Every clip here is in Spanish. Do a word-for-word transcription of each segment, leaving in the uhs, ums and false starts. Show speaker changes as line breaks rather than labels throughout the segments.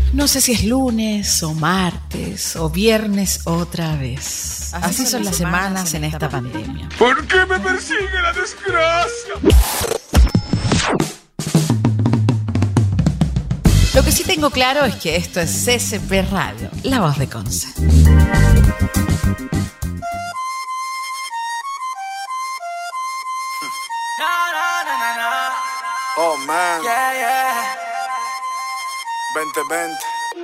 No sé si es lunes o martes o viernes otra vez. Así son las semanas en esta pandemia.
¿Por qué me persigue la desgracia?
Lo que sí tengo claro es que esto es C C P Radio, la voz de Conce.
Oh man, yeah, yeah. Vente, vente.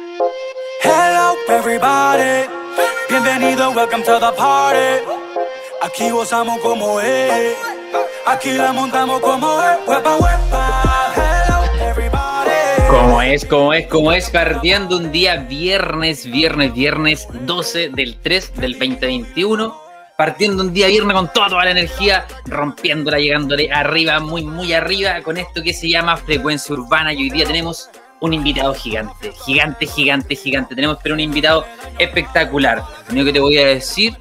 Hello everybody, bienvenido, welcome to the party. Aquí gozamos como es, aquí la montamos como es. Huepa, huepa. Hello everybody.
Como es, como es, como es, partiendo un día viernes, viernes, viernes doce del tres del veinte veintiuno. Partiendo un día viernes con toda, toda la energía, rompiéndola, llegándole arriba, muy, muy arriba, con esto que se llama Frecuencia Urbana. Y hoy día tenemos un invitado gigante, gigante, gigante, gigante. Tenemos pero un invitado espectacular. Lo único que te voy a decir,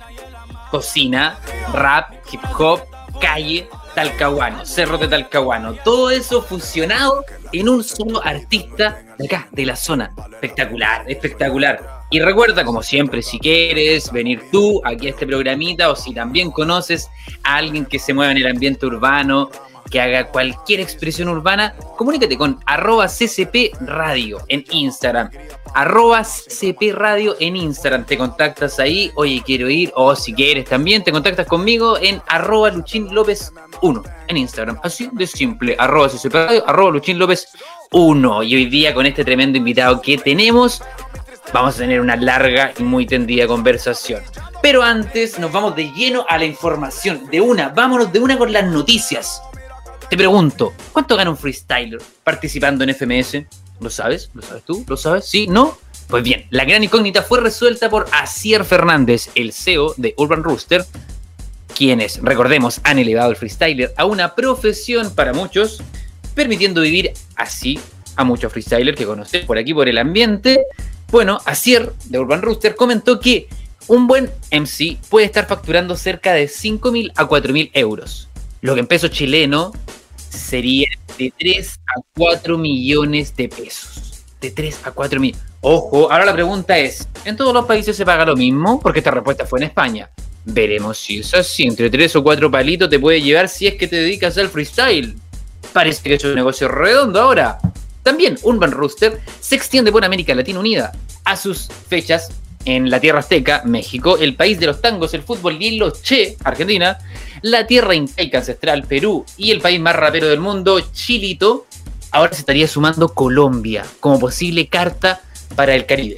cocina, rap, hip hop, calle, talcahuano, cerro de Talcahuano. Todo eso fusionado en un solo artista de acá, de la zona. Espectacular, espectacular. Y recuerda, como siempre, si quieres venir tú aquí a este programita o si también conoces a alguien que se mueva en el ambiente urbano, que haga cualquier expresión urbana, comunícate con arroba C C P Radio en Instagram. Arroba C C P Radio en Instagram. Te contactas ahí, oye, quiero ir, o si quieres también, te contactas conmigo en arroba Luchín López uno en Instagram. Así de simple, arroba C C P Radio, arroba Luchín López uno. Y hoy día con este tremendo invitado que tenemos, vamos a tener una larga y muy tendida conversación. Pero antes nos vamos de lleno a la información. De una, vámonos de una con las noticias. Te pregunto, ¿cuánto gana un freestyler participando en F M S? ¿Lo sabes? ¿Lo sabes tú? ¿Lo sabes? ¿Sí? ¿No? Pues bien, la gran incógnita fue resuelta por Asier Fernández, el C E O de Urban Rooster, quienes, recordemos, han elevado el freestyler a una profesión para muchos, permitiendo vivir así a muchos freestylers que conocen por aquí, por el ambiente. Bueno, Asier de Urban Rooster comentó que un buen M C puede estar facturando cerca de cinco mil a cuatro mil euros, lo que en peso chileno sería de tres a cuatro millones de pesos. De tres a cuatro mil. Ojo, ahora la pregunta es, ¿en todos los países se paga lo mismo? Porque esta respuesta fue en España. Veremos si es así. Entre tres o cuatro palitos te puede llevar si es que te dedicas al freestyle. Parece que es un negocio redondo ahora. También Urban Rooster se extiende por América Latina Unida. A sus fechas en la tierra azteca, México, el país de los tangos, el fútbol y los che, Argentina, la tierra incaica ancestral, Perú, y el país más rapero del mundo, Chilito, ahora se estaría sumando Colombia como posible carta para el Caribe.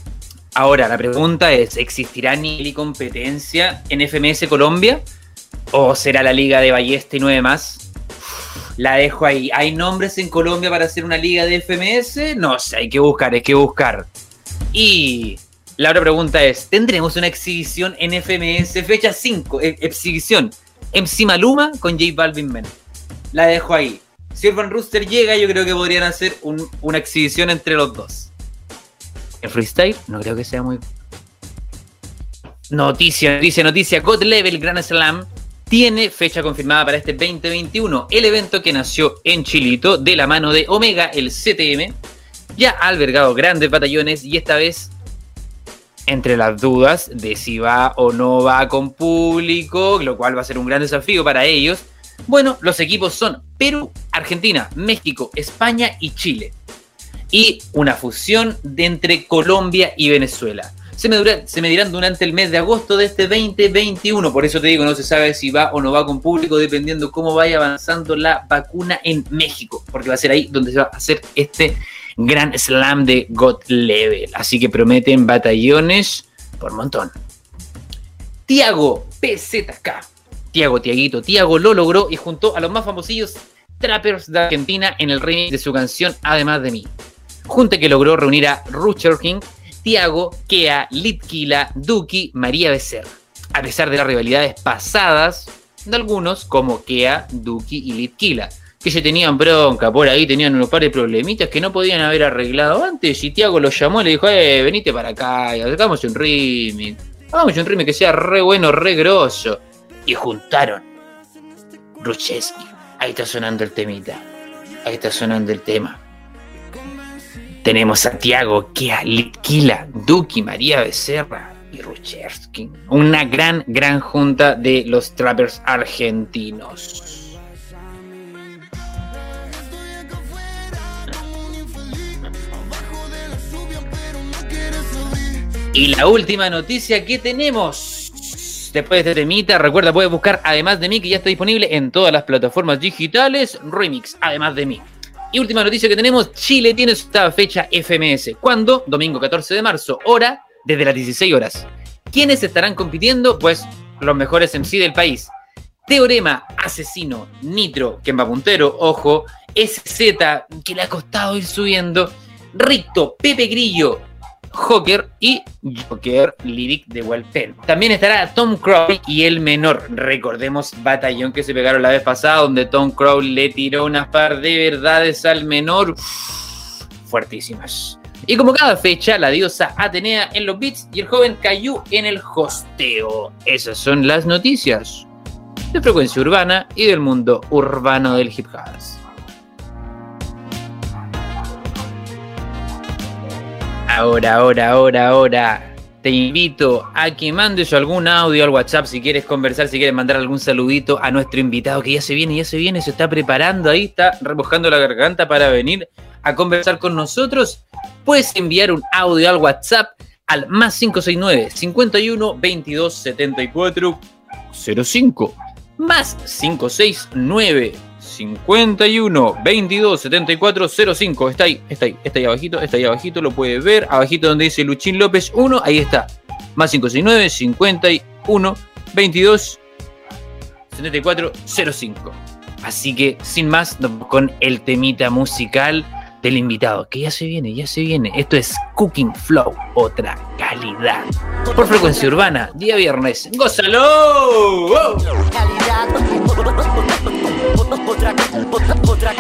Ahora, la pregunta es, ¿existirá nivel y competencia en F M S Colombia? ¿O será la liga de Ballesta y nueve más? La dejo ahí. ¿Hay nombres en Colombia para hacer una liga de F M S? No sé, hay que buscar, hay que buscar. Y la otra pregunta es, ¿tendremos una exhibición en F M S? Fecha cinco, eh, exhibición. M C Maluma con J Balvin Men. La dejo ahí. Si Urban Rooster llega, yo creo que podrían hacer un, una exhibición entre los dos. En freestyle, no creo que sea muy... Noticia, noticia, noticia. God Level Grand Slam tiene fecha confirmada para este veinte veintiuno. El evento, que nació en Chilito de la mano de Omega, el C T M, ya ha albergado grandes batallones y esta vez, entre las dudas de si va o no va con público, lo cual va a ser un gran desafío para ellos. Bueno, los equipos son Perú, Argentina, México, España y Chile. Y una fusión de entre Colombia y Venezuela. Se me, dura, se me dirán durante el mes de agosto de este veinte veintiuno. Por eso te digo, no se sabe si va o no va con público, dependiendo cómo vaya avanzando la vacuna en México. Porque va a ser ahí donde se va a hacer este Grand Slam de God Level. Así que prometen batallones por montón. Tiago P Z K. Tiago, Tiaguito, Tiago lo logró y juntó a los más famosillos trappers de Argentina en el remix de su canción Además de mí. Junte que logró reunir a Rucher King, Tiago, Kea, Litquila, Duki, María Becerra. A pesar de las rivalidades pasadas de algunos como Kea, Duki y Litquila, que se tenían bronca por ahí, tenían unos par de problemitas que no podían haber arreglado antes, y Tiago los llamó y le dijo, eh, venite para acá y hagamos un remix, hagamos un remix que sea re bueno, re grosso. Y juntaron Rucheski. Ahí está sonando el temita, ahí está sonando el tema. tenemos a Tiago, Kia, Litquila, Duki, María Becerra y Ruchersky. Una gran, gran junta de los trappers argentinos. Y la última noticia que tenemos después de este temita, recuerda, puedes buscar Además de mí, que ya está disponible en todas las plataformas digitales. Remix, Además de mí. Y última noticia que tenemos, Chile tiene su fecha F M S. ¿Cuándo? Domingo catorce de marzo, hora desde las dieciséis horas. ¿Quiénes estarán compitiendo? Pues los mejores M C del país. Teorema, Asesino, Nitro, quien va puntero, ojo, S Z, que le ha costado ir subiendo, Ricto, Pepe Grillo, Joker y Joker Lyric de Walpen. También estará Tom Crowley y El Menor. Recordemos batallón que se pegaron la vez pasada, donde Tom Crowley le tiró unas par de verdades al Menor. Uf, fuertísimas. Y como cada fecha, la diosa Atenea en los beats y el joven Caillou en el hosteo. Esas son las noticias de Frecuencia Urbana y del mundo urbano del hip hop. Ahora, ahora, ahora, ahora, te invito a que mandes algún audio al WhatsApp si quieres conversar, si quieres mandar algún saludito a nuestro invitado que ya se viene, ya se viene, se está preparando ahí, está remojando la garganta para venir a conversar con nosotros. Puedes enviar un audio al WhatsApp al más cinco seis nueve, cincuenta y uno, veintidós, setenta y cuatro, cero cinco, más cinco seis nueve, cincuenta y uno, veintidós, setenta y cuatro, cero cinco. Está ahí, está ahí, está ahí abajito, está ahí abajito, lo puedes ver. Abajito donde dice Luchín López uno, ahí está. Más cinco seis nueve, cincuenta y uno, veintidós, setenta y cuatro, cero cinco. Así que, sin más, con el temita musical del invitado, que ya se viene, ya se viene. Esto es Cooking Flow, otra calidad. Por Frecuencia Urbana, día viernes. ¡Gózalo! ¡Oh! Otra, otra, otra.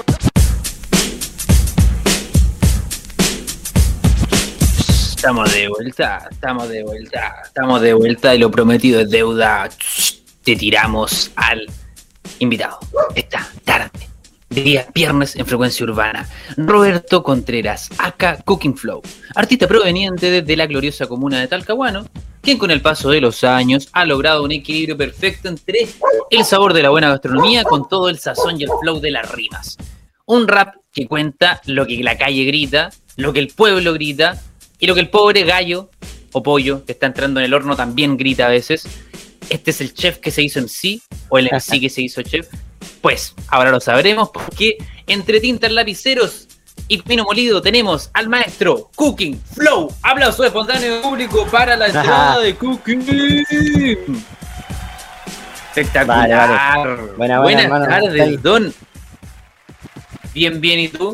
Estamos de vuelta, estamos de vuelta, estamos de vuelta y lo prometido es deuda. Te tiramos al invitado esta tarde, de día viernes en Frecuencia Urbana. Roberto Contreras, aka Cooking Flow, artista proveniente desde la gloriosa comuna de Talcahuano, quien con el paso de los años ha logrado un equilibrio perfecto entre el sabor de la buena gastronomía con todo el sazón y el flow de las rimas. Un rap que cuenta lo que la calle grita, lo que el pueblo grita y lo que el pobre gallo o pollo que está entrando en el horno también grita a veces. Este es el chef que se hizo M C o el M C que se hizo chef. Pues ahora lo sabremos, porque entre tintas, lapiceros y vino molido tenemos al maestro Cooking Flow. Aplauso espontáneo público para la entrada de Cooking. Espectacular. Vale, vale. Buena, buena, Buenas hermano, tardes, Don. Bien, bien, ¿y tú?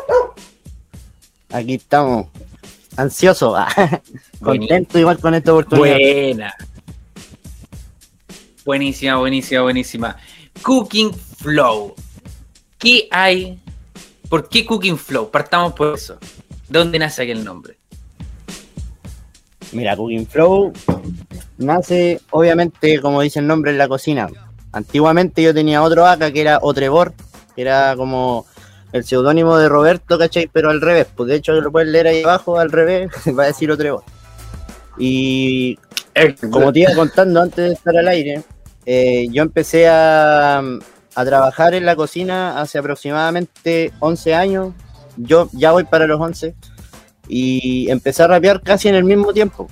Aquí estamos, ansioso, contento igual con esta oportunidad.
Buena. Buenísima, buenísima, buenísima. Cooking Flow. ¿Qué hay? ¿Por qué Cooking Flow? Partamos por eso. ¿De dónde nace aquel nombre?
Mira, Cooking Flow nace, obviamente, como dice el nombre, en la cocina. Antiguamente yo tenía otro acá que era Otrevor, que era como el seudónimo de Roberto, ¿cachai? Pero al revés, pues de hecho lo puedes leer ahí abajo, al revés, va a decir Otrevor. Y como te iba contando antes de estar al aire, eh, yo empecé a, a trabajar en la cocina hace aproximadamente once años. Yo ya voy para los once. Y empecé a rapear casi en el mismo tiempo.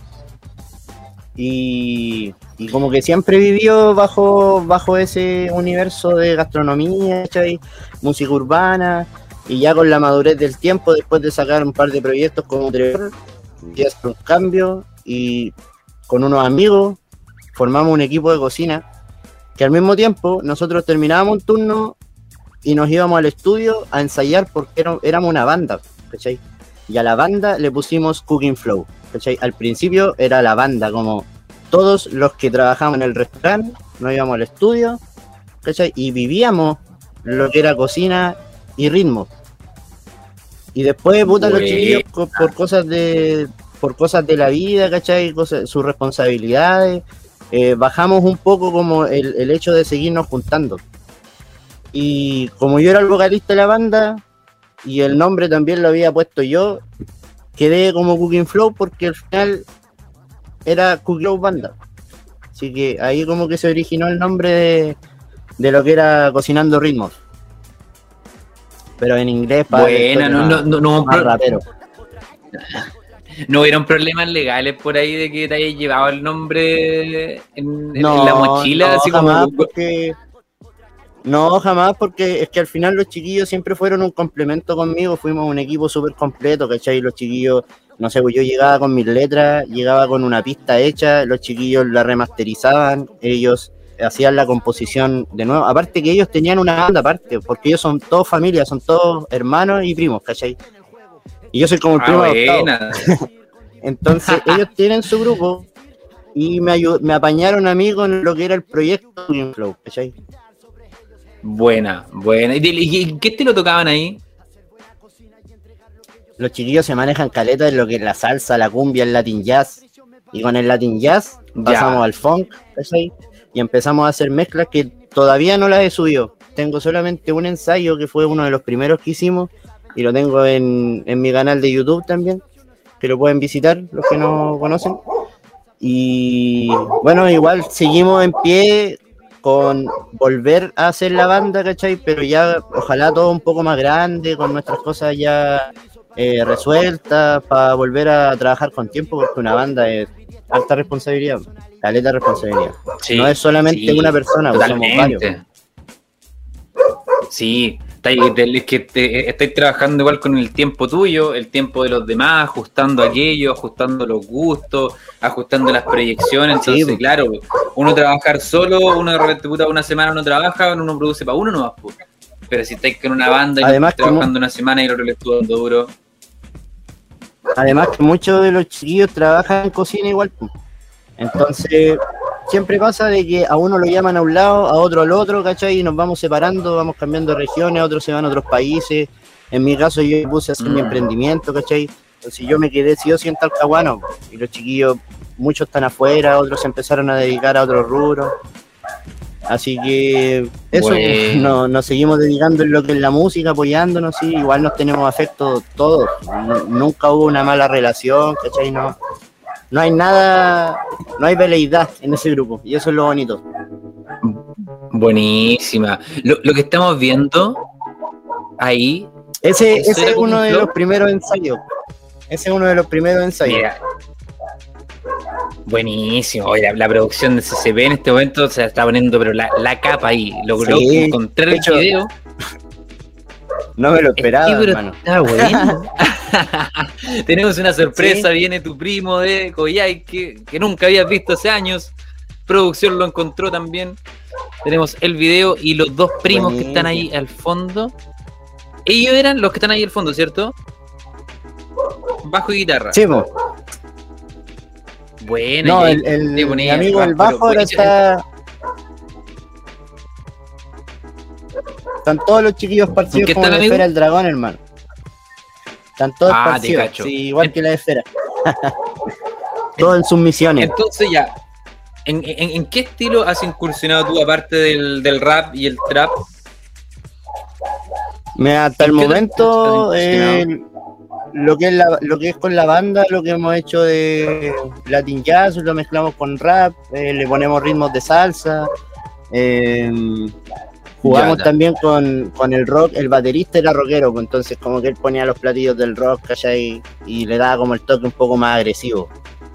Y, y como que siempre vivió bajo, bajo ese universo de gastronomía, ¿cachai? Música urbana. Y ya con la madurez del tiempo, después de sacar un par de proyectos como Trevor, y hacer un cambio, y con unos amigos formamos un equipo de cocina, que al mismo tiempo nosotros terminábamos un turno y nos íbamos al estudio a ensayar, porque éramos una banda, ¿cachai? Y a la banda le pusimos Cooking Flow, ¿cachai? Al principio era la banda, como todos los que trabajamos en el restaurante, nos íbamos al estudio, ¿cachai? Y vivíamos lo que era cocina y ritmo. Y después, puta, los chiquillos por cosas de por cosas de la vida, ¿cachai? Cosas, sus responsabilidades, eh, bajamos un poco como el, el hecho de seguirnos juntando. Y como yo era el vocalista de la banda, y el nombre también lo había puesto yo. Quedé como Cooking Flow porque al final era Cooking Flow Banda. Así que ahí como que se originó el nombre de, de lo que era Cocinando Ritmos. Pero en inglés para
bueno, no, no, no, no,
más rapero.
¿No hubieron problemas legales por ahí de que te hayas llevado el nombre en, en,
no,
en la mochila?
No,
así
jamás
como...
porque... No, jamás, porque es que al final los chiquillos siempre fueron un complemento conmigo, fuimos un equipo súper completo, ¿cachai? Los chiquillos, no sé, pues yo llegaba con mis letras, llegaba con una pista hecha, los chiquillos la remasterizaban, ellos hacían la composición de nuevo, aparte que ellos tenían una banda aparte, porque ellos son todos familia, son todos hermanos y primos, ¿cachai? Y yo soy como el
ah,
primo
buena.
adoptado. Entonces ellos tienen su grupo y me, ayud- me apañaron a mí con lo que era el proyecto Cooking Flow, ¿cachai?
Buena, buena. ¿Y, y, y qué estilo tocaban ahí?
Los chiquillos se manejan caleta en lo que es la salsa, la cumbia, el Latin Jazz. Y con el Latin Jazz pasamos
Ya.
al funk, ¿cachai? Y empezamos a hacer mezclas que todavía no las he subido. Tengo solamente un ensayo que fue uno de los primeros que hicimos y lo tengo en, en mi canal de YouTube también, que lo pueden visitar los que no conocen. Y bueno, igual seguimos en pie con volver a hacer la banda, ¿cachai? Pero ya ojalá todo un poco más grande, con nuestras cosas ya eh, resueltas, para volver a trabajar con tiempo, porque una banda es alta responsabilidad, caleta responsabilidad.
Sí,
no es solamente
sí,
una persona, pues somos varios.
totalmente. Sí, estáis, es que te, estáis trabajando igual con el tiempo tuyo, el tiempo de los demás, ajustando aquello, ajustando los gustos, ajustando las proyecciones. Entonces,
Sí.
claro, uno trabajar solo, uno de repente, puta, una semana uno trabaja, uno produce para uno nomás, pues. Pero si estáis con una banda y
Además,
estáis trabajando
como-
una semana y el otro le estuvo dando duro.
Además que muchos de los chiquillos trabajan en cocina igual, pues. Entonces siempre pasa de que a uno lo llaman a un lado, a otro al otro, ¿cachai? Y nos vamos separando, vamos cambiando de regiones, otros se van a otros países. En mi caso yo me puse a hacer
Mm.
mi emprendimiento, ¿cachai? Entonces yo me quedé sí o sí en Talcahuano, y los chiquillos, muchos están afuera, otros se empezaron a dedicar a otros rubros. Así que eso,
Bueno.
no, nos seguimos dedicando en lo que es la música, apoyándonos, sí, igual nos tenemos afecto todos. N- Nunca hubo una mala relación, ¿cachai? No, no hay nada, no hay veleidad en ese grupo, y eso es lo bonito.
Buenísima. Lo, lo que estamos viendo ahí,
Ese,
¿Eso
ese
era
es
como
uno
un
de
flow?
los primeros ensayos. Ese es uno de los primeros ensayos.
mira, buenísimo. Oye, la, la producción de C C P en este momento se está poniendo pero la, la capa ahí. Logró
Sí,
encontrar
de
el
hecho,
video.
No me lo esperaba,
Sí, pero
hermano.
está bueno. Tenemos una sorpresa,
Sí.
viene tu primo de Coyhai que, que nunca habías visto hace años. Producción lo encontró también. Tenemos el video y los dos primos que están ahí al fondo. Ellos eran los que están ahí al fondo, ¿cierto? Bajo y guitarra.
Sí, po.
Buena.
No,
y ahí
el, el-
te
mi
ponía
amigo
rap,
el bajo
pero
ahora
buenísimo.
está. Están todos los chiquillos
¿En
partidos
qué
como
están,
la
amigo?
esfera del dragón, hermano. Están todos
Ah, te
partidos,
cacho.
sí, igual
En-
que la esfera. Todos en sus misiones.
Entonces ya, ¿en, en, en qué estilo has incursionado tú aparte del, del rap y el trap?
Mira, hasta el
¿En qué te-
momento,
te has
eh, lo que es la, lo que es con la banda, lo que hemos hecho de Latin Jazz, lo mezclamos con rap, eh, le ponemos ritmos de salsa, eh, jugamos
Ya, ya.
también con, con el rock, el baterista era rockero, pues entonces como que él ponía los platillos del rock, ¿cachai? Y le daba como el toque un poco más agresivo.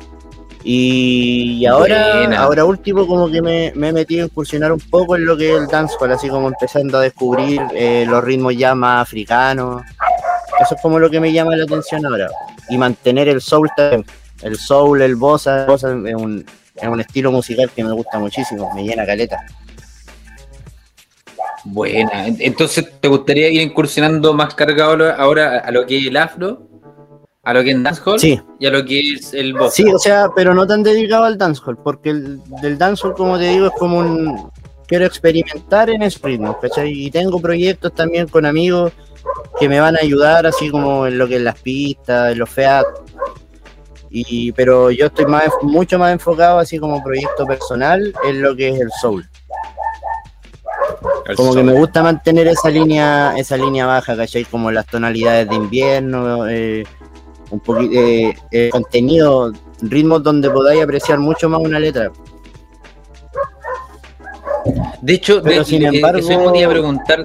Y ahora,
Buena.
ahora último como que me, me he metido a incursionar un poco en lo que es el dancehall, así como empezando a descubrir eh, los ritmos ya más africanos. Eso es como lo que me llama la atención ahora. Y mantener el soul también. El soul, el bossa, el bossa es un, es un estilo musical que me gusta muchísimo, me llena caleta.
Buena. Entonces, ¿te gustaría ir incursionando más cargado ahora a lo que es el afro? ¿A lo que es dancehall?
Sí.
¿Y a lo que es el bossa?
Sí, o sea, pero no tan dedicado al dancehall, porque el del dancehall, como te digo, es como un... Quiero experimentar en esos ritmos, ¿cachai? Y tengo proyectos también con amigos que me van a ayudar, así como en lo que es las pistas, en los feat. Y, pero yo estoy más, mucho más enfocado, así como proyecto personal, en lo que es el soul. como que me gusta mantener esa línea, esa línea baja, ¿cachai? Como las tonalidades de invierno, eh, un poquito eh, eh, contenido, ritmos donde podáis apreciar mucho más una letra.
De hecho,
Pero
de,
sin
de,
embargo,
eso me podía preguntar,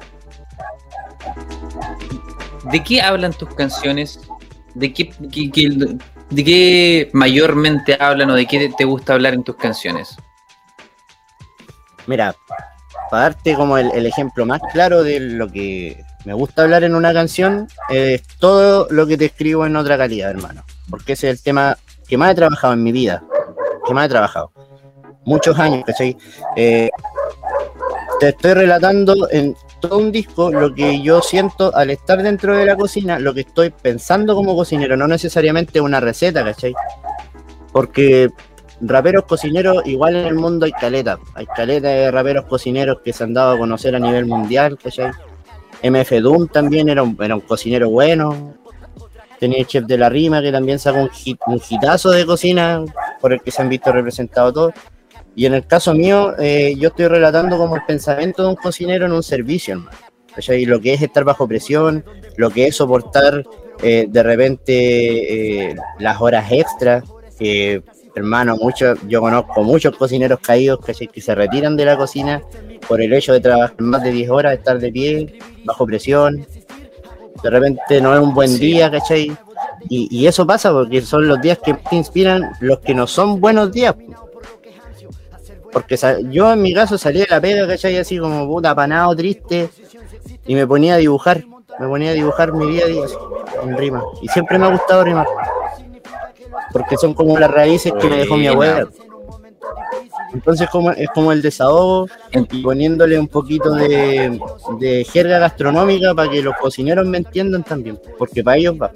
¿de qué hablan tus canciones? ¿De qué, qué, qué, de qué mayormente hablan o de qué te gusta hablar en tus canciones?
Mira, para darte como el, el ejemplo más claro de lo que me gusta hablar en una canción, es todo lo que te escribo en otra calidad, hermano. Porque ese es el tema que más he trabajado en mi vida, que más he trabajado. Muchos años, ¿cachai? Eh, te estoy relatando en todo un disco lo que yo siento al estar dentro de la cocina, lo que estoy pensando como cocinero, no necesariamente una receta, ¿cachai? Porque raperos cocineros, igual en el mundo hay caleta, hay caleta de raperos cocineros que se han dado a conocer a nivel mundial, ¿cachai? M F Doom también era un, era un cocinero bueno, tenía el Chef de la Rima que también sacó un, hit, un hitazo de cocina por el que se han visto representados todos. Y en el caso mío, eh, yo estoy relatando como el pensamiento de un cocinero en un servicio, hermano. ¿Cachai? Lo que es estar bajo presión, lo que es soportar eh, de repente eh, las horas extras, que, hermano, mucho, yo conozco muchos cocineros caídos, ¿cachai? Que se retiran de la cocina por el hecho de trabajar más de diez horas, estar de pie, bajo presión. De repente no es un buen
Sí.
día, ¿cachai? Y, y eso pasa porque son los días que te inspiran los que no son buenos días. Porque yo en mi caso salí de la pega, ¿cachai? Así como puta, apanado, triste, y me ponía a dibujar, me ponía a dibujar mi día a día, así, en rima. Y siempre me ha gustado rimar, porque son como las raíces que me dejó mi abuela. Entonces como, es como el desahogo, y poniéndole un poquito de, de jerga gastronómica para que los cocineros me entiendan también, porque para ellos va.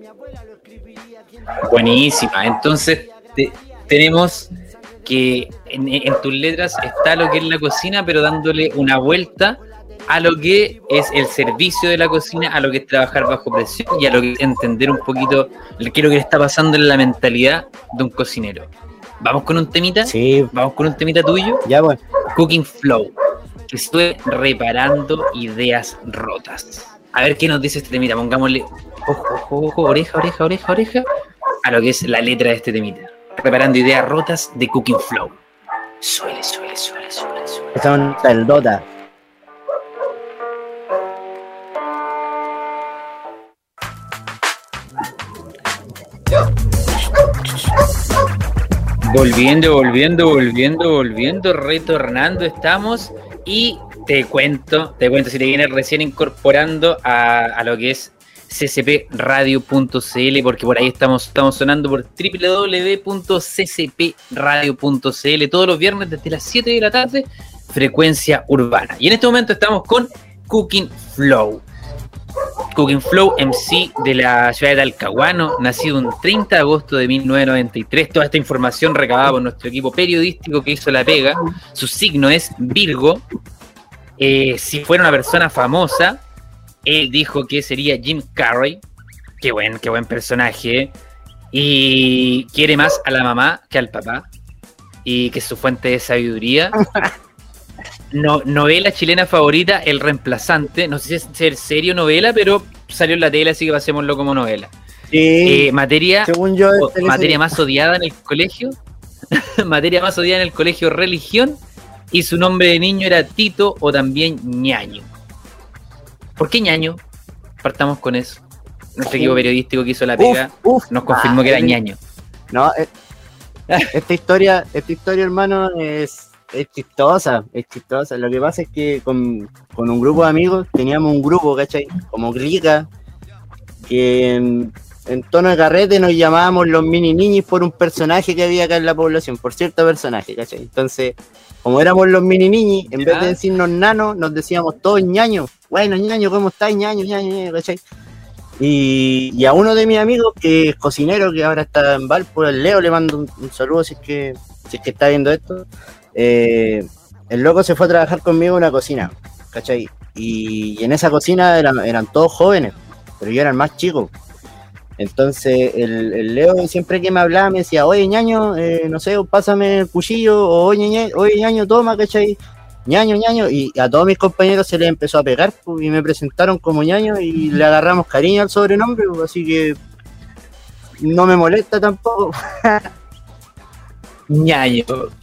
Buenísima. Entonces te, tenemos que en, en tus letras está lo que es la cocina, pero dándole una vuelta a lo que es el servicio de la cocina, a lo que es trabajar bajo presión y a lo que es entender un poquito qué es lo que le está pasando en la mentalidad de un cocinero. ¿Vamos con un temita?
Sí.
¿Vamos con un temita tuyo?
Ya, pues.
Cooking Flow. Estoy reparando ideas rotas. A ver qué nos dice este temita. Pongámosle ojo, ojo, ojo, oreja, oreja, oreja, oreja a lo que es la letra de este temita. Reparando ideas rotas de Cooking Flow. Suele, suele, suele, suele, suele.
Esa es el Dota.
Volviendo, volviendo, volviendo, volviendo, retornando estamos y te cuento, te cuento si te vienes recién incorporando a, a lo que es c c p radio punto c l, porque por ahí estamos, estamos sonando por w w w punto c c p radio punto c l todos los viernes desde las siete de la tarde, frecuencia urbana. Y en este momento estamos con Cooking Flow. Cooking Flow, M C de la ciudad de Talcahuano, nacido un treinta de agosto de mil novecientos noventa y tres. Toda esta información recabada por nuestro equipo periodístico que hizo la pega. Su signo es Virgo. Eh, si fuera una persona famosa, él dijo que sería Jim Carrey. Qué buen, qué buen personaje. Y quiere más a la mamá que al papá. Y que es su fuente de sabiduría. No, novela chilena favorita, El Reemplazante. No sé si es ser serio novela, pero salió en la tele, así que pasémoslo como novela.
Sí,
Eh, materia,
según yo,
o-
es
materia más odiada en el colegio. Materia más odiada en el colegio, religión. Y su nombre de niño era Tito o también Ñaño. ¿Por qué Ñaño? Partamos con eso. Nuestro equipo periodístico que hizo la pega
Uf, uf,
nos confirmó
ah,
que era
el-
Ñaño.
No, eh, esta historia, esta historia, hermano, es, es chistosa, es chistosa. Lo que pasa es que con, con un grupo de amigos teníamos un grupo, ¿cachai? Como clica, que en, en tono de carrete nos llamábamos los mini niñis por un personaje que había acá en la población, por cierto personaje, ¿cachai? Entonces, como éramos los mini niñis, en
Ya.
vez de decirnos nano, nos decíamos todos ñaño. Bueno, ñaño, ¿cómo estás? ñaño, ñaño, ñaño, ¿cachai? Y, y a uno de mis amigos que es cocinero, que ahora está en Valpo, el Leo, le mando un, un saludo si es que si es que está viendo esto. Eh, el loco se fue a trabajar conmigo en una cocina, ¿cachai? Y, y en esa cocina eran, eran todos jóvenes, pero yo era el más chico. Entonces el, el Leo siempre que me hablaba me decía, oye ñaño, eh, no sé, pásame el cuchillo, o oye ñaño, oye ñaño, toma, ¿cachai? ñaño, ñaño, y a todos mis compañeros se les empezó a pegar, pues, y me presentaron como ñaño y le agarramos cariño al sobrenombre, pues, así que no me molesta tampoco.
ñaño.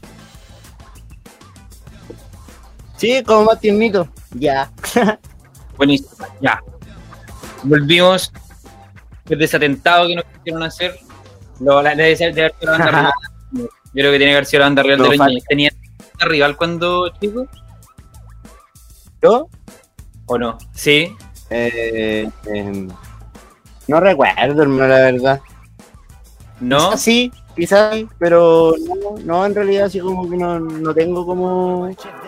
Sí, como más tiernito, ya.
Buenísimo, ya. Volvimos desde ese atentado que nos quisieron hacer. Lo, la, debe ser de haber sido la banda rival. Yo creo que tiene que haber sido la banda rival
No,
de los
falta.
ñaños. ¿Tenía banda rival cuando chico?
¿Yo?
¿O no? Sí.
Eh, eh, no recuerdo, hermano, la verdad.
¿No?
Quizás sí, quizás sí, pero no, no, en realidad así como que no, no tengo como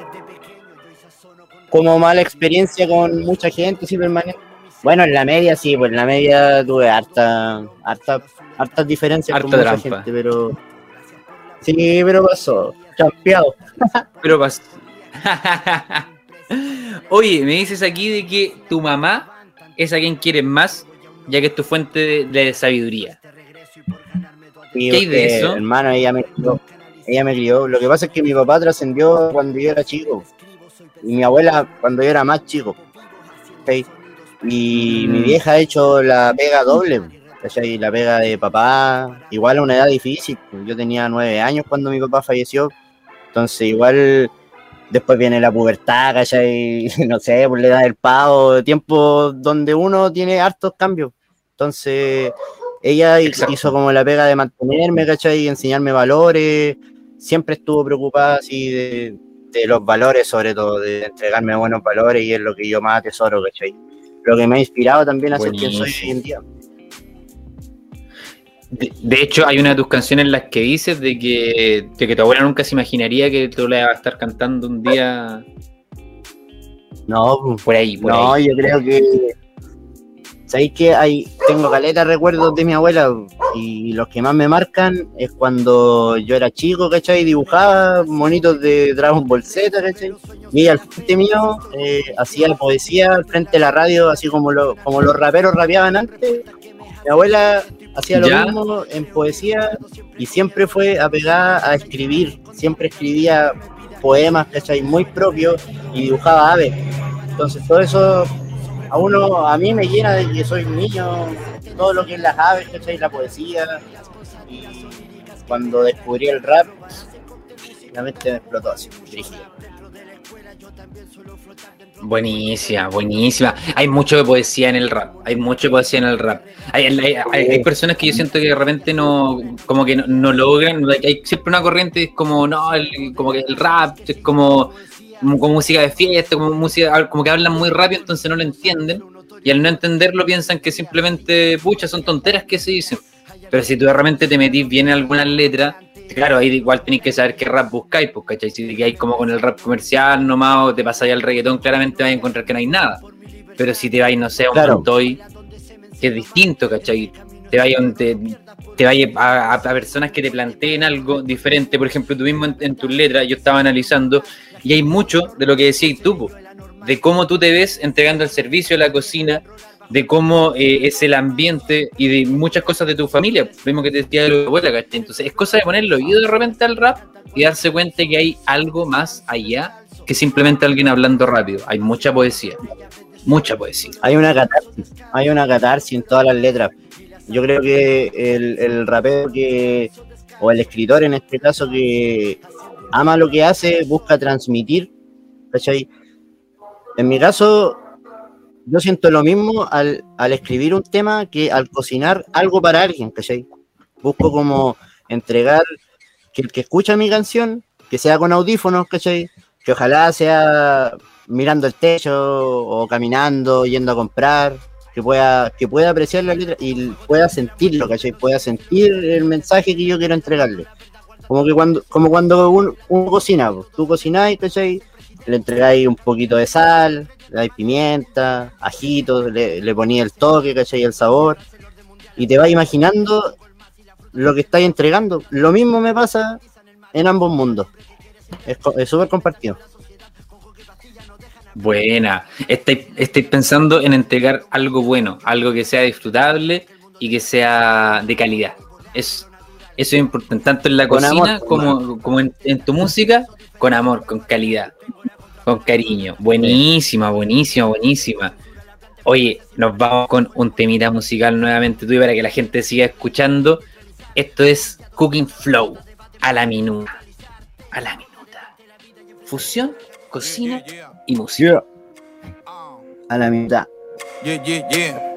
como mala experiencia con mucha gente, sí, permanente. Bueno, en la media sí, pues en la media tuve harta, harta, hartas diferencias
Harta
con mucha
trampa.
gente, pero sí, pero pasó, champeado.
Pero pasó. Oye, me dices aquí de que tu mamá es a quien quieres más, ya que es tu fuente de, de sabiduría.
Sí,
¿Qué hay de
porque,
eso?
hermano, ella me crió, ella me crió. Lo que pasa es que mi papá trascendió cuando yo era chico y mi abuela cuando yo era más chico. ¿Sí? Y
Mm.
mi vieja ha hecho la pega doble, ¿cachai? La pega de papá, igual a una edad difícil. Yo tenía nueve años cuando mi papá falleció, entonces igual después viene la pubertad, ¿cachai? No sé, por la edad del pavo, tiempo donde uno tiene hartos cambios. Entonces ella
Exacto.
hizo como la pega de mantenerme, ¿cachai? Y enseñarme valores, siempre estuvo preocupada así de, de los valores, sobre todo, de entregarme buenos valores, y es lo que yo más atesoro, ¿cachai? Lo que me ha inspirado también a ser quien soy hoy en día.
De, de hecho, hay una de tus canciones en las que dices de que, de que tu abuela nunca se imaginaría que tú le vas a estar cantando un día
No,
por ahí, por
no,
ahí.
yo creo que... ¿Sabéis que hay, tengo caleta de recuerdos de mi abuela? Y los que más me marcan es cuando yo era chico, ¿cachai? Dibujaba monitos de Dragon Ball Z, ¿cachai? Y ella al frente mío eh, hacía poesía al frente de la radio, así como, lo, como los raperos rapeaban antes. Mi abuela hacía lo
¿Ya?
mismo en poesía y siempre fue apegada a escribir. Siempre escribía poemas, ¿cachai? Muy propios, y dibujaba aves. Entonces todo eso... A uno, a mí me llena de que soy un niño, todo lo que es las aves, ¿cachai? La poesía. Y cuando descubrí el rap, la mente me explotó así, brígido.
Buenísima, buenísima. Hay mucho de poesía en el rap. Hay mucho de poesía en el rap. Hay, hay, hay, hay personas que yo siento que de repente no, como que no, no logran. Hay siempre una corriente, es como, no, el, como que el rap es como, como música de fiesta, como música, como que hablan muy rápido, entonces no lo entienden. Y al no entenderlo piensan que simplemente, pucha, son tonteras que se dicen. Pero si tú de repente te metís bien en algunas letras, claro, ahí igual tenéis que saber qué rap buscáis, pues, ¿cachai? Si hay como con el rap comercial nomás, o te pasáis al reggaetón, claramente vais a encontrar que no hay nada. Pero si te vais, no sé, a un
Claro.
Montoy, que es distinto, ¿cachai? Te vais a, un- te, te vais a, a, a personas que te planteen algo diferente. Por ejemplo, tú mismo en, en tus letras, yo estaba analizando, y hay mucho de lo que decías tú, po, de cómo tú te ves entregando el servicio a la cocina, de cómo eh, es el ambiente y de muchas cosas de tu familia, mismo que te decía de tu abuela, ¿cachai? Entonces es cosa de ponerle oído de repente al rap y darse cuenta que hay algo más allá que simplemente alguien hablando rápido. Hay mucha poesía, mucha poesía.
Hay una catarsis, hay una catarsis en todas las letras. Yo creo que el, el rapero que, o el escritor en este caso, que ama lo que hace, busca transmitir, ¿cachai? En mi caso, yo siento lo mismo al, al escribir un tema que al cocinar algo para alguien, ¿cachai? Busco como entregar que el que escucha mi canción, que sea con audífonos, ¿cachai? Que ojalá sea mirando el techo o caminando, yendo a comprar, que pueda, que pueda apreciar la letra y pueda sentirlo, ¿cachai? Pueda sentir el mensaje que yo quiero entregarle. Como que cuando, como cuando uno, uno cocina, pues, tú cocináis, ¿cachai? Le entregáis un poquito de sal, le dais pimienta, ajitos, le, le ponías el toque, ¿cachai? El sabor, y te vas imaginando lo que estáis entregando. Lo mismo me pasa en ambos mundos. Es co- es súper compartido.
Buena. Estáis estáis pensando en entregar algo bueno, algo que sea disfrutable y que sea de calidad. Es, eso es importante, tanto en la
Con
cocina
amor,
como, como en, en tu música, con amor, con calidad. Con cariño. Buenísima, buenísima, buenísima. Oye, nos vamos con un temita musical nuevamente tuyo para que la gente siga escuchando. Esto es Cooking Flow, a la minuta. A la minuta. Fusión, cocina y música.
A la mitad.
Yeah, yeah, yeah.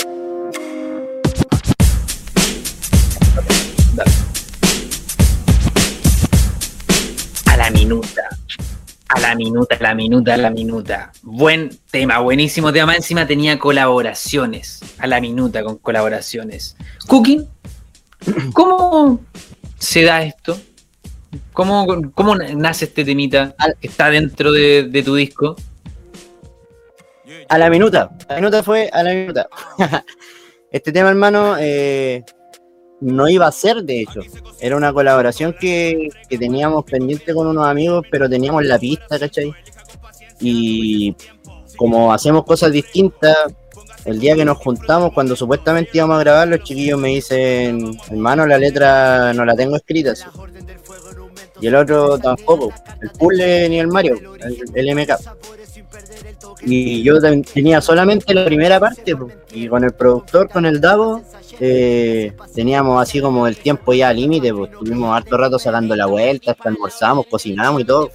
A la minuta. A la minuta, a la minuta, a la minuta. Buen tema, buenísimo tema. Encima tenía colaboraciones. A la minuta con colaboraciones. Cooking, ¿cómo se da esto? ¿Cómo, cómo nace este temita que está dentro de, de tu disco?
A la minuta. A la minuta fue a la minuta. Este tema, hermano, eh, no iba a ser, de hecho. Era una colaboración que, que teníamos pendiente con unos amigos, pero teníamos la pista, ¿cachai? Y como hacemos cosas distintas, el día que nos juntamos, cuando supuestamente íbamos a grabar, los chiquillos me dicen, hermano, la letra no la tengo escrita, ¿sí? Y el otro tampoco, el Puzzle ni el Mario, el, el M K. Y yo tenía solamente la primera parte, y con el productor, con el Davo, eh, teníamos así como el tiempo ya al límite, pues estuvimos harto rato sacando la vuelta, hasta almorzamos, cocinamos y todo.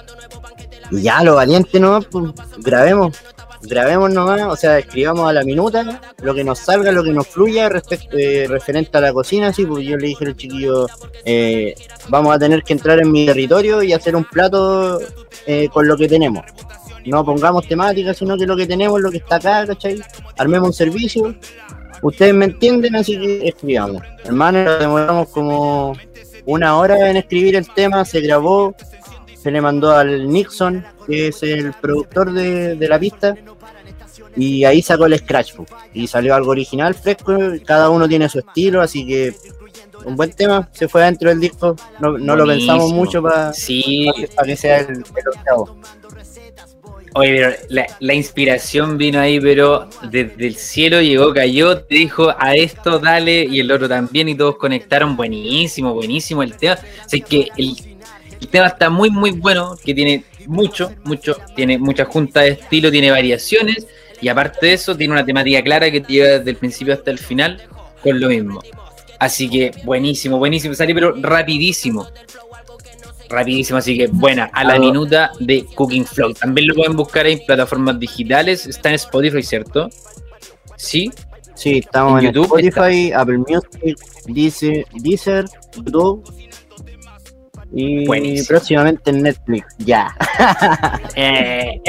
Y ya, lo valiente nomás, pues, grabemos, grabemos nomás, o sea, escribamos a la minuta, lo que nos salga, lo que nos fluya respecto, eh, referente a la cocina, así, pues yo le dije al chiquillo, eh, vamos a tener que entrar en mi territorio y hacer un plato eh, con lo que tenemos. No pongamos temática, sino que lo que tenemos, lo que está acá, ¿cachai? Armemos un servicio. Ustedes me entienden, así que escribamos. Hermano, demoramos como una hora en escribir el tema, se grabó, se le mandó al Nixon, que es el productor de, de la pista, y ahí sacó el scratchbook. Y salió algo original, fresco, cada uno tiene su estilo, así que un buen tema, se fue dentro del disco, no, no lo pensamos mucho para
sí.
pa que, pa que sea el, el octavo.
Oye, pero la, la inspiración vino ahí, pero desde el cielo llegó, cayó, te dijo a esto, dale, y el otro también, y todos conectaron. Buenísimo, buenísimo el tema. Así que el, el tema está muy, muy bueno, que tiene mucho, mucho, tiene mucha junta de estilo, tiene variaciones, y aparte de eso, tiene una temática clara que te lleva desde el principio hasta el final con lo mismo. Así que buenísimo, buenísimo, salió pero rapidísimo. Rapidísimo, así que buena, a la minuta de Cooking Flow. También lo pueden buscar en plataformas digitales, está en Spotify, ¿cierto? ¿Sí?
Sí, estamos en, en YouTube, Spotify, está. Apple Music, Deezer, Deezer, YouTube y buenísimo. Próximamente en Netflix, ya.
eh.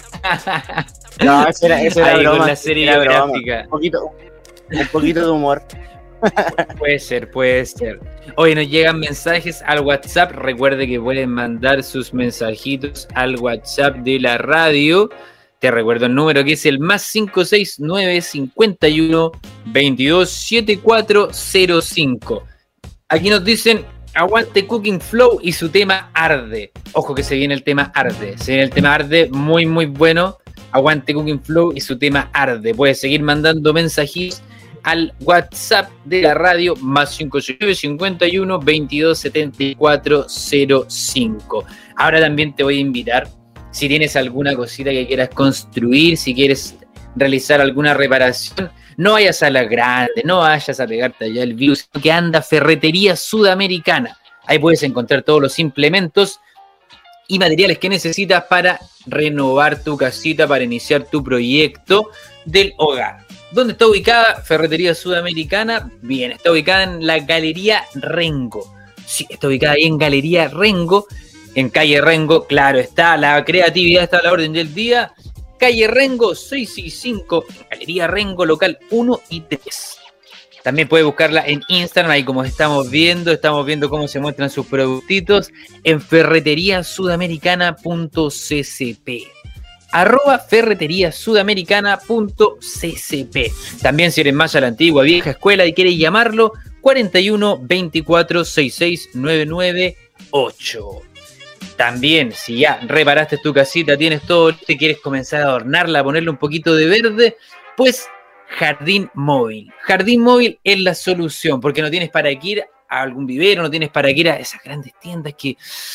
No, eso era, eso era
ahí
broma.
Con la serie biográfica.
Un poquito, un poquito de humor.
Puede ser, puede ser. Hoy nos llegan mensajes al WhatsApp. Recuerde que pueden mandar sus mensajitos al WhatsApp de la radio. Te recuerdo el número que es el más cinco seis nueve, cincuenta y uno, veintidós, setenta y cuatro cero cinco. Aquí nos dicen, aguante Cooking Flow y su tema Arde. Ojo que se viene el tema Arde. Se viene el tema Arde, muy muy bueno. Aguante Cooking Flow y su tema Arde. Puedes seguir mandando mensajitos al WhatsApp de la radio, más cinco seis nueve, cincuenta y uno, veintidós, setenta y cuatro cero cinco. Ahora también te voy a invitar, si tienes alguna cosita que quieras construir, si quieres realizar alguna reparación, no vayas a la grande, no vayas a pegarte allá el virus, sino que anda Ferretería Sudamericana. Ahí puedes encontrar todos los implementos y materiales que necesitas para renovar tu casita, para iniciar tu proyecto del hogar. ¿Dónde está ubicada Ferretería Sudamericana? Bien, está ubicada en la Galería Rengo. Sí, está ubicada ahí en Galería Rengo, en calle Rengo. Claro, está la creatividad, está a la orden del día. Calle Rengo seiscientos sesenta y cinco, Galería Rengo, local uno y tres. También puede buscarla en Instagram, ahí como estamos viendo, estamos viendo cómo se muestran sus productitos en ferretería sudamericana punto c c p. Arroba ferretería sudamericana punto c c p. También si eres más a la antigua vieja escuela y quieres llamarlo, cuarenta y uno, veinticuatro, sesenta y seis, noventa y nueve, ocho. También si ya reparaste tu casita, tienes todo, te quieres comenzar a adornarla, a ponerle un poquito de verde, pues Jardín Móvil. Jardín Móvil es la solución, porque no tienes para que ir a algún vivero, no tienes para que ir a esas grandes tiendas que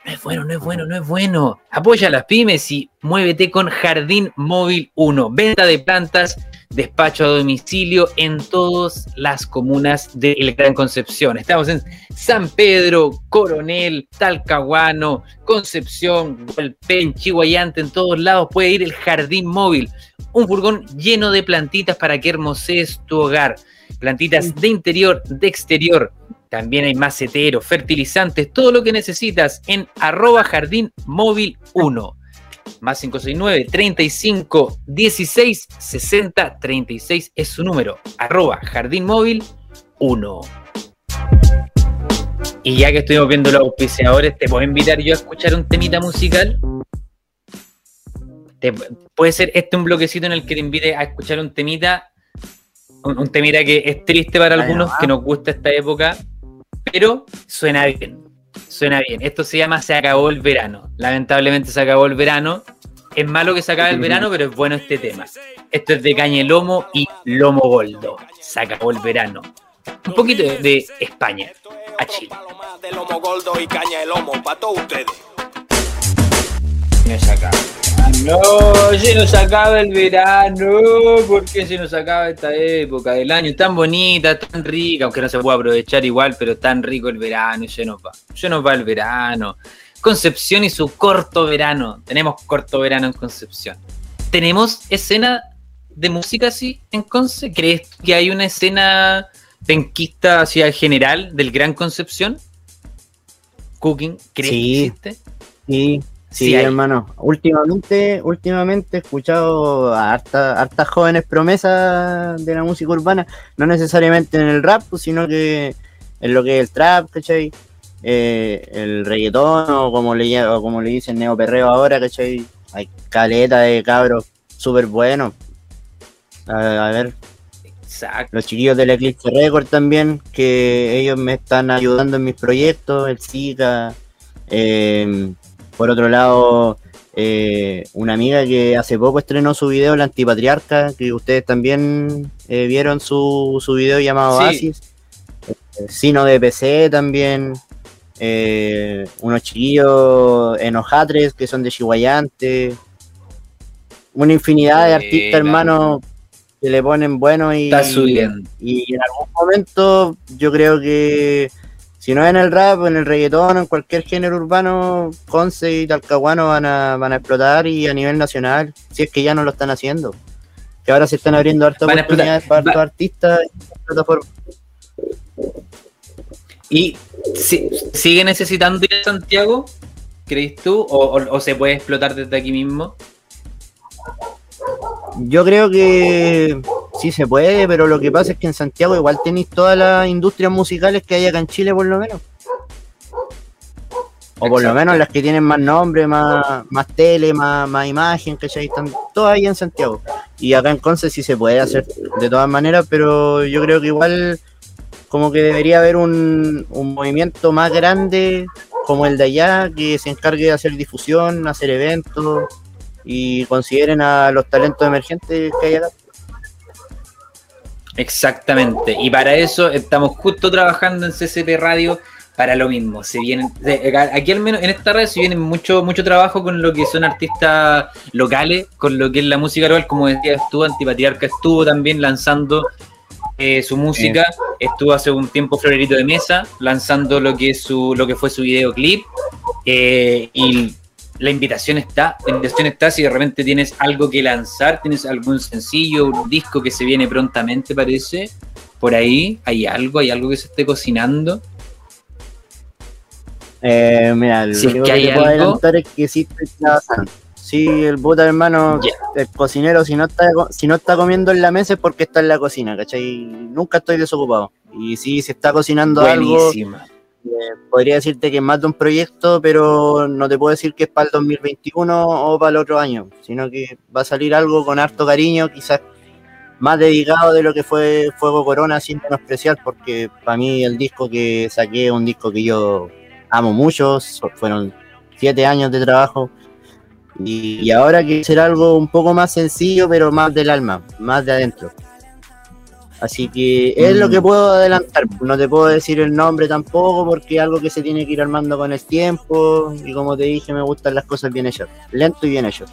No es bueno, no es bueno, no es bueno. Apoya a las pymes y muévete con Jardín Móvil uno. Venta de plantas, despacho a domicilio en todas las comunas de El Gran Concepción. Estamos en San Pedro, Coronel, Talcahuano, Concepción, Hualpén, Chihuayante, en todos lados puede ir el Jardín Móvil. Un furgón lleno de plantitas para que hermosees tu hogar. Plantitas de interior, de exterior. También hay maceteros, fertilizantes, todo lo que necesitas en arroba Jardín Móvil uno. Más cinco seis nueve, treinta y cinco, dieciséis, sesenta, treinta y seis es su número. Arroba Jardín Móvil uno. Y ya que estuvimos viendo los auspiciadores, ¿te puedo invitar yo a escuchar un temita musical? ¿Te, puede ser este un bloquecito en el que te invite a escuchar un temita? Un, un temita que es triste para algunos, que nos gusta esta época, pero suena bien. Suena bien. Esto se llama Se acabó el verano. Lamentablemente se acabó el verano. Es malo que se acabe el verano, pero es bueno este tema. Esto es de Cañelomo y Lomo Goldo. Se acabó el verano. Un poquito de, de España a Chile.
De Lomo Goldo y Cañelomo para todos ustedes.
No se acaba. No, se nos acaba el verano. ¿Por qué se nos acaba esta época del año tan bonita, tan rica? Aunque no se puede aprovechar igual, pero tan rico el verano y se nos va. Se nos va el verano. Concepción y su corto verano. Tenemos corto verano en Concepción. ¿Tenemos escena de música así en Conce? ¿Crees que hay una escena penquista hacia el general del Gran Concepción? Cooking, ¿crees
sí,
que existe?
Sí. Sí, sí hermano. Últimamente, últimamente he escuchado a harta, hartas jóvenes promesas de la música urbana, no necesariamente en el rap, sino que en lo que es el trap, ¿cachai? Eh, el reggaetón, o como le, o como le dicen neoperreo ahora, ¿cachai? Hay caleta de cabros súper buenos. A, a ver.
Exacto.
Los chiquillos del Eclipse Record también, que ellos me están ayudando en mis proyectos, el Zika. Eh, Por otro lado, eh, una amiga que hace poco estrenó su video, La Antipatriarca, que ustedes también eh, vieron su, su video llamado
sí.
Oasis. Eh, Sino de P C también. Eh, unos chiquillos enojatres que son de Chihuayante. Una infinidad de artistas, eh, hermanos, que le ponen bueno y, y, y en algún momento yo creo que si no es en el rap, en el reggaetón, en cualquier género urbano, Conce y Talcahuano van a, van a explotar, y a nivel nacional, si es que ya no lo están haciendo. Que ahora se están abriendo hartas oportunidades para hartos artistas y plataformas.
¿Y si, sigue necesitando ir a Santiago, crees tú? ¿O, o, o se puede explotar desde aquí mismo?
Yo creo que sí se puede, pero lo que pasa es que en Santiago igual tenéis todas las industrias musicales que hay acá en Chile, por lo menos. O por Exacto. lo menos las que tienen más nombre, más, más tele, más, más imagen, ¿cachai? Están todas ahí en Santiago. Y acá en Conce sí se puede hacer de todas maneras, pero yo creo que igual como que debería haber un, un movimiento más grande como el de allá, que se encargue de hacer difusión, hacer eventos y consideren a los talentos emergentes que hay acá.
Exactamente, y para eso estamos justo trabajando en C C P Radio para lo mismo. Se vienen, aquí al menos en esta red se viene mucho, mucho trabajo con lo que son artistas locales, con lo que es la música local, como decías tú, Antipatriarca estuvo también lanzando eh, su música, eh. estuvo hace un tiempo Florerito de Mesa lanzando lo que es su, lo que fue su videoclip, eh, y la invitación está, la invitación está si de repente tienes algo que lanzar, tienes algún sencillo, un disco que se viene prontamente, parece, por ahí, hay algo, hay algo que se esté cocinando.
Eh, mira, lo
si
único
es que,
que
hay
te puedo
algo,
adelantar es que sí estoy trabajando. Sí, el puta hermano, yeah. el cocinero, si no está si no está comiendo en la mesa es porque está en la cocina, ¿cachai? Nunca estoy desocupado. Y si se está cocinando Buenísima. algo... Eh, podría decirte que es más de un proyecto, pero no te puedo decir que es para el dos mil veintiuno o para el otro año, sino que va a salir algo con harto cariño, quizás más dedicado de lo que fue Fuego Corona, sin menospreciar, porque para mí el disco que saqué es un disco que yo amo mucho, fueron siete años de trabajo, y, y ahora quiero hacer algo un poco más sencillo, pero más del alma, más de adentro. Así que es lo que puedo adelantar. No te puedo decir el nombre tampoco porque es algo que se tiene que ir armando con el tiempo. Y como te dije, me gustan las cosas bien hechas. Lento y bien hecho.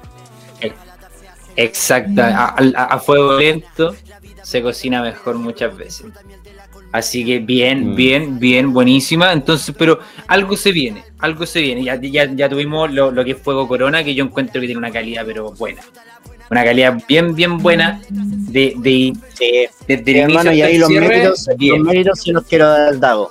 Exacto. A, a, a fuego lento se cocina mejor muchas veces. Así que bien, mm. bien, bien, buenísima. Entonces, pero algo se viene, algo se viene. Ya, ya, ya tuvimos lo, lo que es Fuego Corona, que yo encuentro que tiene una calidad, pero buena. Una calidad bien, bien buena de, de,
sí.
de, de
sí, hermano, y ahí los méritos, los méritos se los quiero dar al Dago.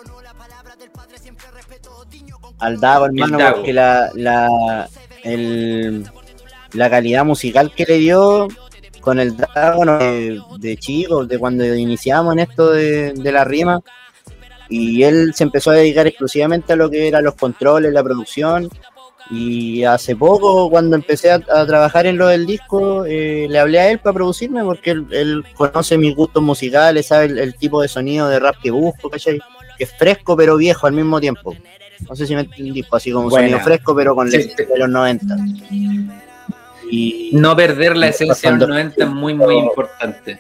Al Dago, hermano, Dago. Porque la, la, el, la calidad musical que le dio con el Dago, ¿no? de, de chicos, de cuando iniciamos en esto de, de la rima, y él se empezó a dedicar exclusivamente a lo que eran los controles, la producción. Y hace poco, cuando empecé a, a trabajar en lo del disco, eh, le hablé a él para producirme, porque él, él conoce mis gustos musicales, sabe el, el tipo de sonido de rap que busco, ¿cachai? Que es fresco pero viejo al mismo tiempo. No sé si me entendí, así como Buena. Sonido fresco pero con sí, letras de los noventa. Y
no perder la esencia de los noventa es muy, muy importante.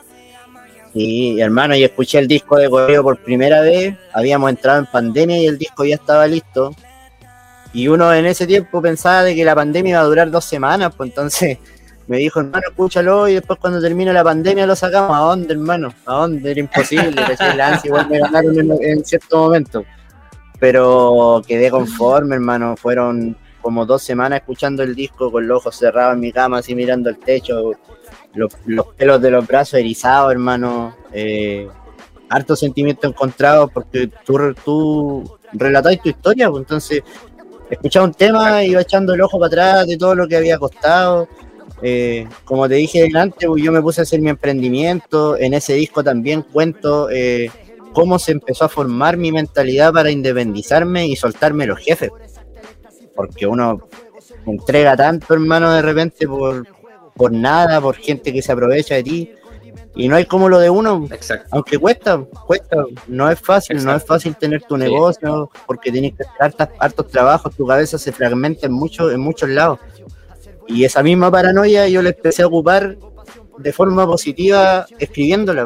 Sí, hermano, y escuché el disco de Correo por primera vez, habíamos entrado en pandemia y el disco ya estaba listo. Y uno en ese tiempo pensaba de que la pandemia iba a durar dos semanas, pues entonces me dijo, hermano, escúchalo y después cuando termine la pandemia lo sacamos. ¿A dónde, hermano? ¿A dónde? Era imposible, que la ansia igual me ganaron en, en cierto momento. Pero quedé conforme, hermano, fueron como dos semanas escuchando el disco con los ojos cerrados en mi cama, así mirando el techo, los, los pelos de los brazos erizados, hermano, eh, harto sentimiento encontrado porque tú, tú relatás tu historia, pues entonces... Escuchaba un tema, iba echando el ojo para atrás de todo lo que había costado. Eh, como te dije delante, pues yo me puse a hacer mi emprendimiento. En ese disco también cuento eh, cómo se empezó a formar mi mentalidad para independizarme y soltarme los jefes. Porque uno entrega tanto, hermano, de repente por, por nada, por gente que se aprovecha de ti. Y no hay como lo de uno, Exacto. aunque cuesta, cuesta, no es fácil, Exacto. no es fácil tener tu negocio, sí. porque tienes que hacer hartos, hartos trabajos, tu cabeza se fragmenta en, mucho, en muchos lados. Y esa misma paranoia yo la empecé a ocupar de forma positiva escribiéndola.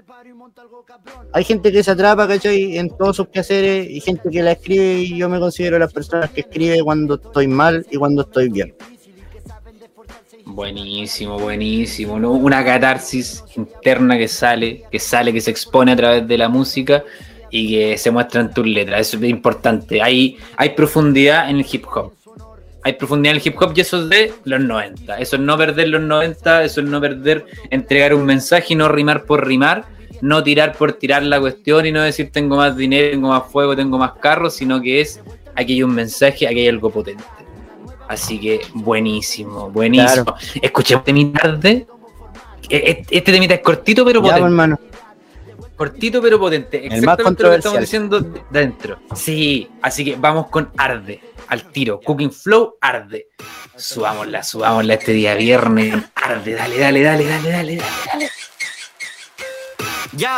Hay gente que se atrapa, ¿cachai?, en todos sus quehaceres, y gente que la escribe, y yo me considero las personas que escribe cuando estoy mal y cuando estoy bien.
Buenísimo, buenísimo, ¿no? Una catarsis interna que sale, que sale, que se expone a través de la música y que se muestra en tus letras. Eso es importante. Hay, hay profundidad en el hip hop. Hay profundidad en el hip hop y eso es de los noventa. Eso es no perder los noventa, eso es no perder, entregar un mensaje y no rimar por rimar, no tirar por tirar la cuestión y no decir tengo más dinero, tengo más fuego, tengo más carros, sino que es aquí hay un mensaje, aquí hay algo potente. Así que buenísimo, buenísimo. Claro. Escuchemos mi tarde. Este temita es cortito pero potente.
Ya, hermano.
Cortito pero potente.
El más controversial.
Lo que estamos diciendo dentro. Sí, así que vamos con Arde. Al tiro. Cooking Flow, Arde. Subámosla, subámosla este día viernes. Arde, dale, dale, dale, dale, dale, dale, dale.
Yo.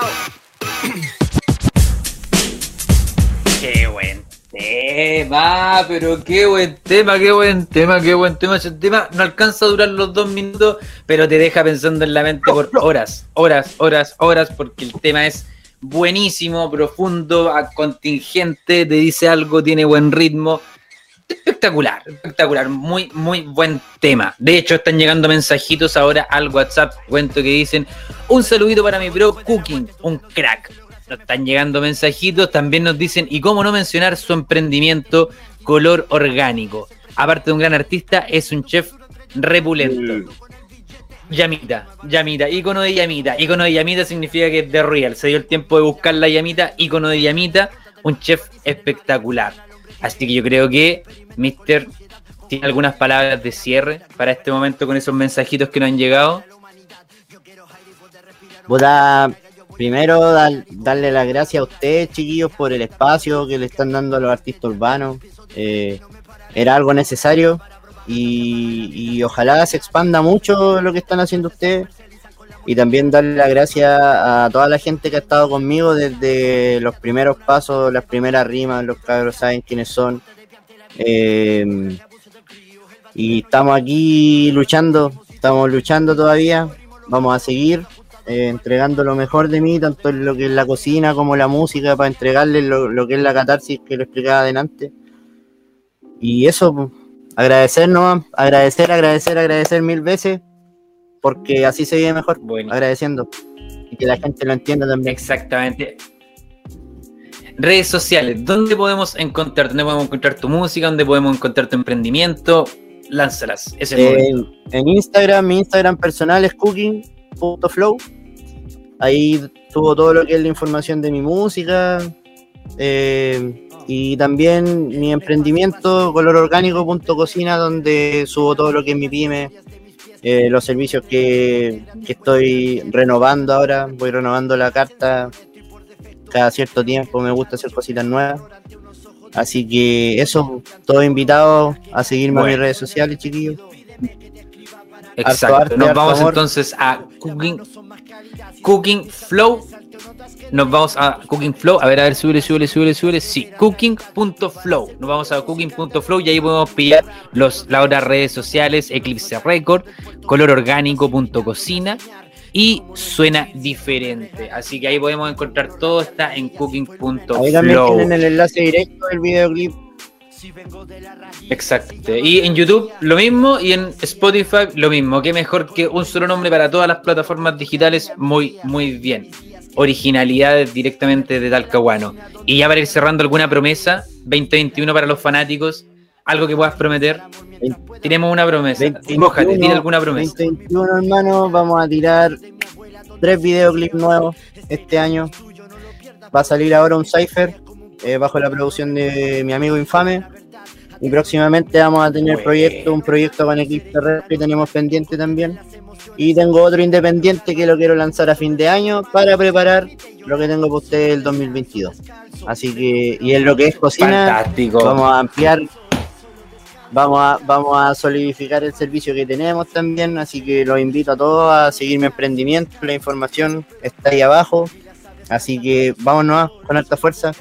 Qué buen tema, pero qué buen tema, qué buen tema, qué buen tema. Ese tema no alcanza a durar los dos minutos, pero te deja pensando en la mente por horas, horas, horas, horas, porque el tema es buenísimo, profundo, contingente, te dice algo, tiene buen ritmo. Espectacular, espectacular, muy, muy buen tema. De hecho, están llegando mensajitos ahora al WhatsApp, cuento que dicen, un saludito para mi bro Cooking, un crack. Nos están llegando mensajitos, también nos dicen, y cómo no mencionar su emprendimiento Color Orgánico. Aparte de un gran artista, es un chef repulento. Yamita, Yamita, ícono de Yamita. Ícono de Yamita significa que es de real. Se dio el tiempo de buscar la Yamita, ícono de Yamita, un chef espectacular. Así que yo creo que Mister tiene algunas palabras de cierre para este momento con esos mensajitos que nos han llegado.
Puta, primero dar, darle las gracias a ustedes, chiquillos, por el espacio que le están dando a los artistas urbanos. Eh, era algo necesario y, y ojalá se expanda mucho lo que están haciendo ustedes. Y también darle las gracias a toda la gente que ha estado conmigo desde los primeros pasos, las primeras rimas, los cabros saben quiénes son. Eh, y estamos aquí luchando, estamos luchando todavía, vamos a seguir. eh, entregando lo mejor de mí, tanto en lo que es la cocina como la música, para entregarles lo, lo que es la catarsis que lo explicaba adelante. Y eso, pues, agradecer nomás, agradecer, agradecer, agradecer mil veces, porque así se vive mejor, bueno, agradeciendo, y que la gente lo entienda también.
Exactamente. Redes sociales, ¿dónde podemos encontrar? ¿Dónde podemos encontrar tu música? ¿Dónde podemos encontrar tu emprendimiento? Lánzalas, ese es el
eh, momento. En Instagram, mi Instagram personal es cooking punto flow. Ahí tuvo todo lo que es la información de mi música. Eh, y también mi emprendimiento, color orgánico punto cocina, donde subo todo lo que es mi pyme, eh, los servicios que, que estoy renovando ahora. Voy renovando la carta cada cierto tiempo, me gusta hacer cositas nuevas. Así que eso, todos invitados a seguirme bueno. en mis redes sociales, chiquillos.
Exacto, arte, nos vamos amor. entonces a Cooking, Cooking Flow. Nos vamos a Cooking Flow. A ver, a ver, súbele, súbele, súbele, súbele. Sí, cooking punto flow. Nos vamos a cooking punto flow y ahí podemos pillar los, las otras redes sociales: Eclipse Record, color orgánico punto cocina y Suena Diferente. Así que ahí podemos encontrar todo, está en cooking punto flow.
Ahí también tienen el enlace directo del videoclip.
Exacto. Y en YouTube lo mismo y en Spotify lo mismo. Qué mejor que un solo nombre para todas las plataformas digitales. Muy, muy bien. Originalidades directamente de Talcahuano. Y ya para ir cerrando, alguna promesa veinte veintiuno para los fanáticos, algo que puedas prometer. Tiremos una promesa. Mójate, tira alguna promesa.
veinte veintiuno, hermano, vamos a tirar tres videoclips nuevos este año. Va a salir ahora un Cypher eh, bajo la producción de mi amigo Infame. Y próximamente vamos a tener proyecto, un proyecto con Eclipse Record que tenemos pendiente también. Y tengo otro independiente que lo quiero lanzar a fin de año para preparar lo que tengo para ustedes el dos mil veintidós. Así que, y en lo que es cocina,
fantástico,
vamos a ampliar, vamos a, vamos a solidificar el servicio que tenemos también. Así que los invito a todos a seguir mi emprendimiento. La información está ahí abajo. Así que vámonos con alta fuerza.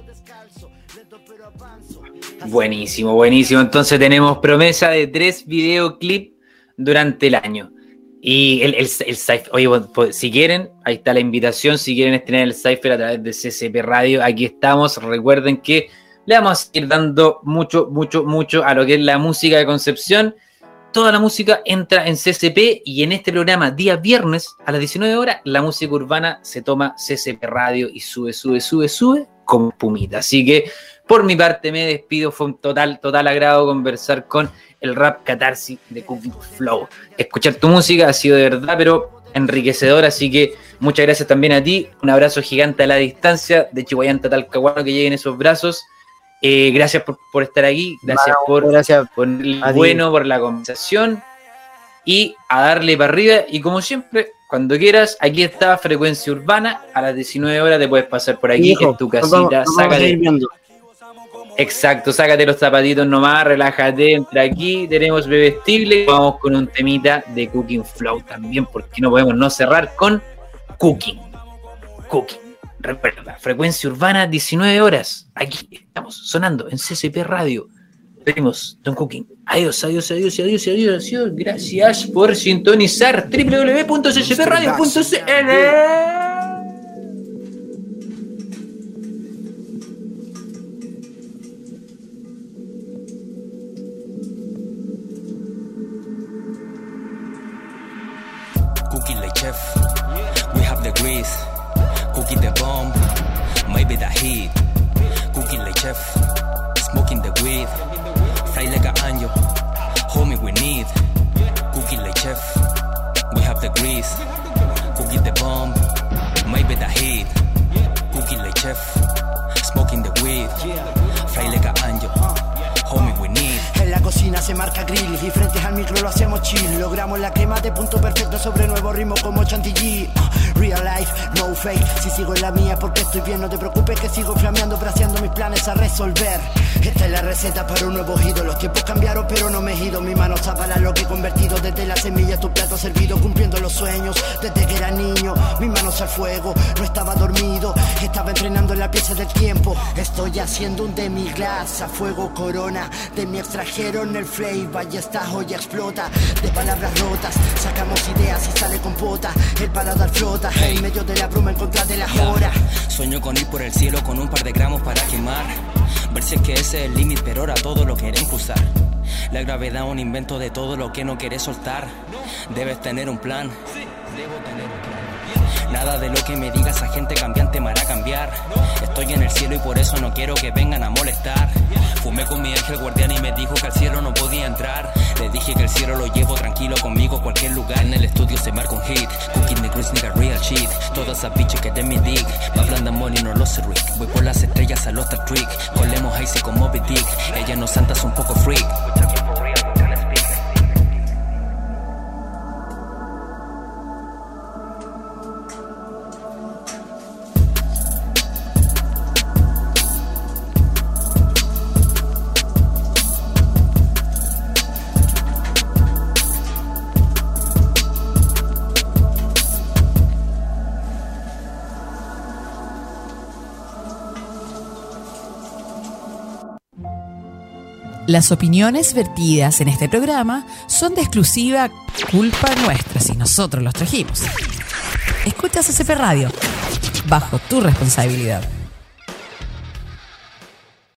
Buenísimo, buenísimo. Entonces tenemos promesa de tres videoclips durante el año. Y el, el, el Cypher, oye, pues, si quieren, ahí está la invitación. Si quieren estrenar el Cypher a través de C C P Radio, aquí estamos. Recuerden que le vamos a seguir dando mucho, mucho, mucho a lo que es la música de Concepción. Toda la música entra en C C P y en este programa, día viernes a las diecinueve horas, la música urbana se toma C C P Radio y sube, sube, sube, sube como espumita. Así que por mi parte me despido. Fue un total, total agrado conversar con el rap catarsis de Cooking Flow. Escuchar tu música ha sido de verdad, pero enriquecedor. Así que muchas gracias también a ti. Un abrazo gigante a la distancia de Chihuayanta a Talcahuano, que lleguen esos brazos. Eh, gracias por, por estar aquí. Gracias, bueno, por, gracias por el bueno, por la conversación. Y a darle para arriba. Y como siempre, cuando quieras, aquí está Frecuencia Urbana. A las diecinueve horas te puedes pasar por aquí, hijo, en tu casita. Vamos, vamos sácate. Exacto, sácate los zapatitos nomás, relájate, entra aquí, tenemos bebestible, vamos con un temita de Cooking Flow también, porque no podemos no cerrar con Cooking. Cooking. Recuerda, Frecuencia Urbana, diecinueve horas, aquí estamos sonando en C C P Radio. Venimos, Don Cooking. Adiós, adiós, adiós, adiós, adiós, adiós. Gracias por sintonizar doble u doble u doble u punto c c p radio punto c l.
Cooking like chef, we have the grease. Cooking the bomb, maybe the heat. Cooking like chef, smoking the weed. Fry like an angel, homie we need. Cooking like chef, we have the grease. Cooking the bomb, maybe the heat. Cooking like chef, smoking the weed. Fry like an angel, homie we need.
En la cocina se marca grill y frente al micro lo hacemos chill. Logramos la crema de punto perfecto sobre nuevo ritmo como chantilly. uh, Real life, no fake. Si sigo en la mía porque estoy bien, no te preocupes que sigo flameando, braceando mis planes a resolver. Esta es la receta para un nuevo hito. Los tiempos cambiaron pero no me he ido. Mi mano para lo que he convertido. Desde la semilla tu plato servido, cumpliendo los sueños desde que era niño. Mis manos al fuego, no estaba dormido. Estaba entrenando en la pieza del tiempo. Estoy haciendo un demi-glace a fuego corona. De mi extranjero con el flavor y esta joya explota. De palabras rotas, sacamos ideas y sale compota. El paladar flota, hey. En medio de la bruma en contra de la hora.
Sueño con ir por el cielo con un par de gramos para quemar. Ver si es que ese es el límite, pero ahora todo lo quieren cruzar. La gravedad es un invento de todo lo que no quieres soltar. Debes tener un plan. Debo tener un plan. Nada de lo que me diga esa gente cambiante me hará cambiar. Estoy en el cielo y por eso no quiero que vengan a molestar. Fumé con mi ángel guardián y me dijo que al cielo no podía entrar. Le dije que el cielo lo llevo tranquilo conmigo a cualquier lugar. En el estudio se marca un hit. Cooking the grease, nigga, real shit. Todas esas bitches que den mi dick. Me hablan de money, no lo sé, Rick. Voy por las estrellas a los Star Trek. Colemos icy con Moby Dick. Ella no santa, es un poco freak.
Las opiniones vertidas en este programa son de exclusiva culpa nuestra si nosotros los trajimos. Escuchas S P Radio, bajo tu responsabilidad.